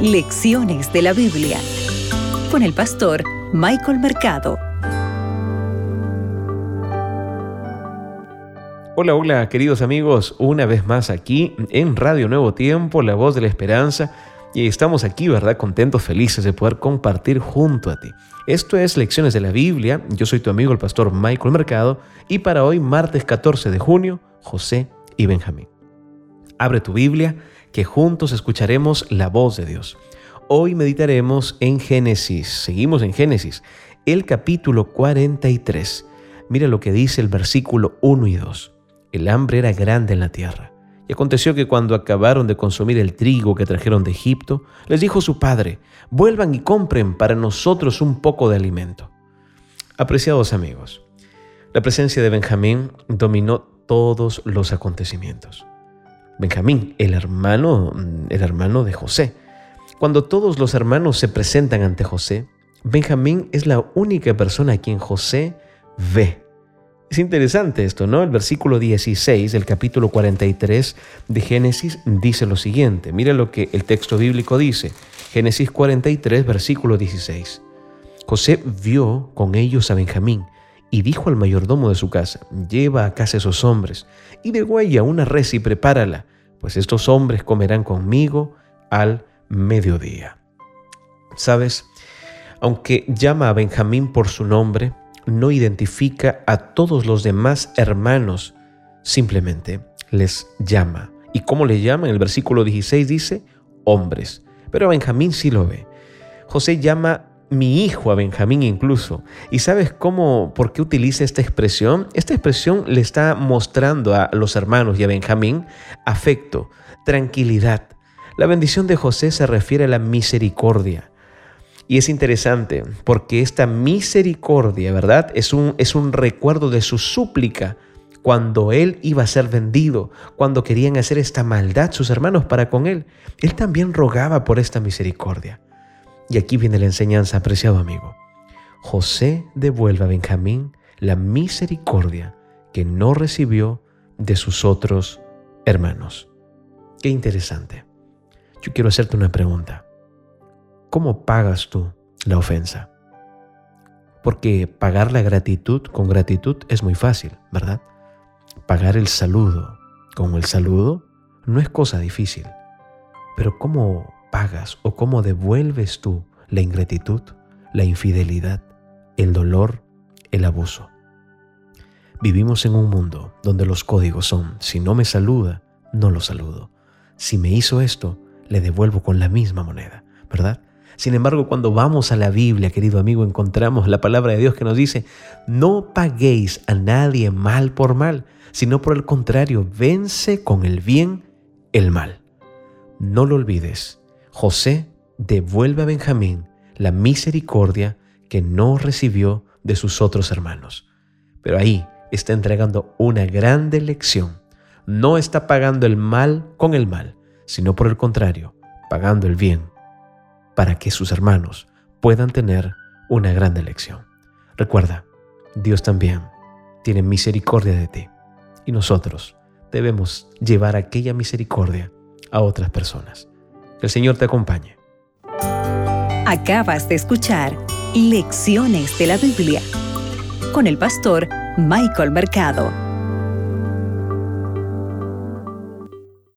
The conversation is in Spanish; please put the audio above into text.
Lecciones de la Biblia con el pastor Michael Mercado. Hola, queridos amigos, una vez más aquí en Radio Nuevo Tiempo, la voz de la esperanza, y estamos aquí, ¿verdad? Contentos, felices de poder compartir junto a ti. Esto es Lecciones de la Biblia. Yo soy tu amigo el pastor Michael Mercado, y para hoy, martes 14 de junio, José y Benjamín. Abre tu Biblia, que juntos escucharemos la voz de Dios. Hoy meditaremos en Génesis. Seguimos en Génesis, el capítulo 43. Mira lo que dice el versículo 1 y 2. El hambre era grande en la tierra. Y aconteció que cuando acabaron de consumir el trigo que trajeron de Egipto, les dijo su padre: vuelvan y compren para nosotros un poco de alimento. Apreciados amigos, la presencia de Benjamín dominó todos los acontecimientos. Benjamín, el hermano de José. Cuando todos los hermanos se presentan ante José, Benjamín es la única persona a quien José ve. Es interesante esto, ¿no? El versículo 16 del capítulo 43 de Génesis dice lo siguiente. Mira lo que el texto bíblico dice. Génesis 43, versículo 16. José vio con ellos a Benjamín y dijo al mayordomo de su casa: lleva a casa esos hombres y degüella una res y prepárala, pues estos hombres comerán conmigo al mediodía. ¿Sabes? Aunque llama a Benjamín por su nombre, no identifica a todos los demás hermanos, simplemente les llama. ¿Y cómo le llama? En el versículo 16 dice hombres, pero a Benjamín sí lo ve. José llama mi hijo a Benjamín incluso. ¿Y sabes por qué utiliza esta expresión? Esta expresión le está mostrando a los hermanos y a Benjamín afecto, tranquilidad. La bendición de José se refiere a la misericordia. Y es interesante porque esta misericordia, ¿verdad? Es un recuerdo de su súplica cuando él iba a ser vendido, cuando querían hacer esta maldad sus hermanos para con él. Él también rogaba por esta misericordia. Y aquí viene la enseñanza, apreciado amigo. José devuelve a Benjamín la misericordia que no recibió de sus otros hermanos. Qué interesante. Yo quiero hacerte una pregunta. ¿Cómo pagas tú la ofensa? Porque pagar la gratitud con gratitud es muy fácil, ¿verdad? Pagar el saludo con el saludo no es cosa difícil. Pero ¿cómo pagas o cómo devuelves tú la ingratitud, la infidelidad, el dolor, el abuso? Vivimos en un mundo donde los códigos son: si no me saluda, no lo saludo. Si me hizo esto, le devuelvo con la misma moneda, ¿verdad? Sin embargo, cuando vamos a la Biblia, querido amigo, encontramos la palabra de Dios que nos dice: no paguéis a nadie mal por mal, sino por el contrario, vence con el bien el mal. No lo olvides, José devuelve a Benjamín la misericordia que no recibió de sus otros hermanos. Pero ahí está entregando una grande lección. No está pagando el mal con el mal, sino por el contrario, pagando el bien, para que sus hermanos puedan tener una gran lección. Recuerda, Dios también tiene misericordia de ti y nosotros debemos llevar aquella misericordia a otras personas. Que el Señor te acompañe. Acabas de escuchar Lecciones de la Biblia con el pastor Michael Mercado.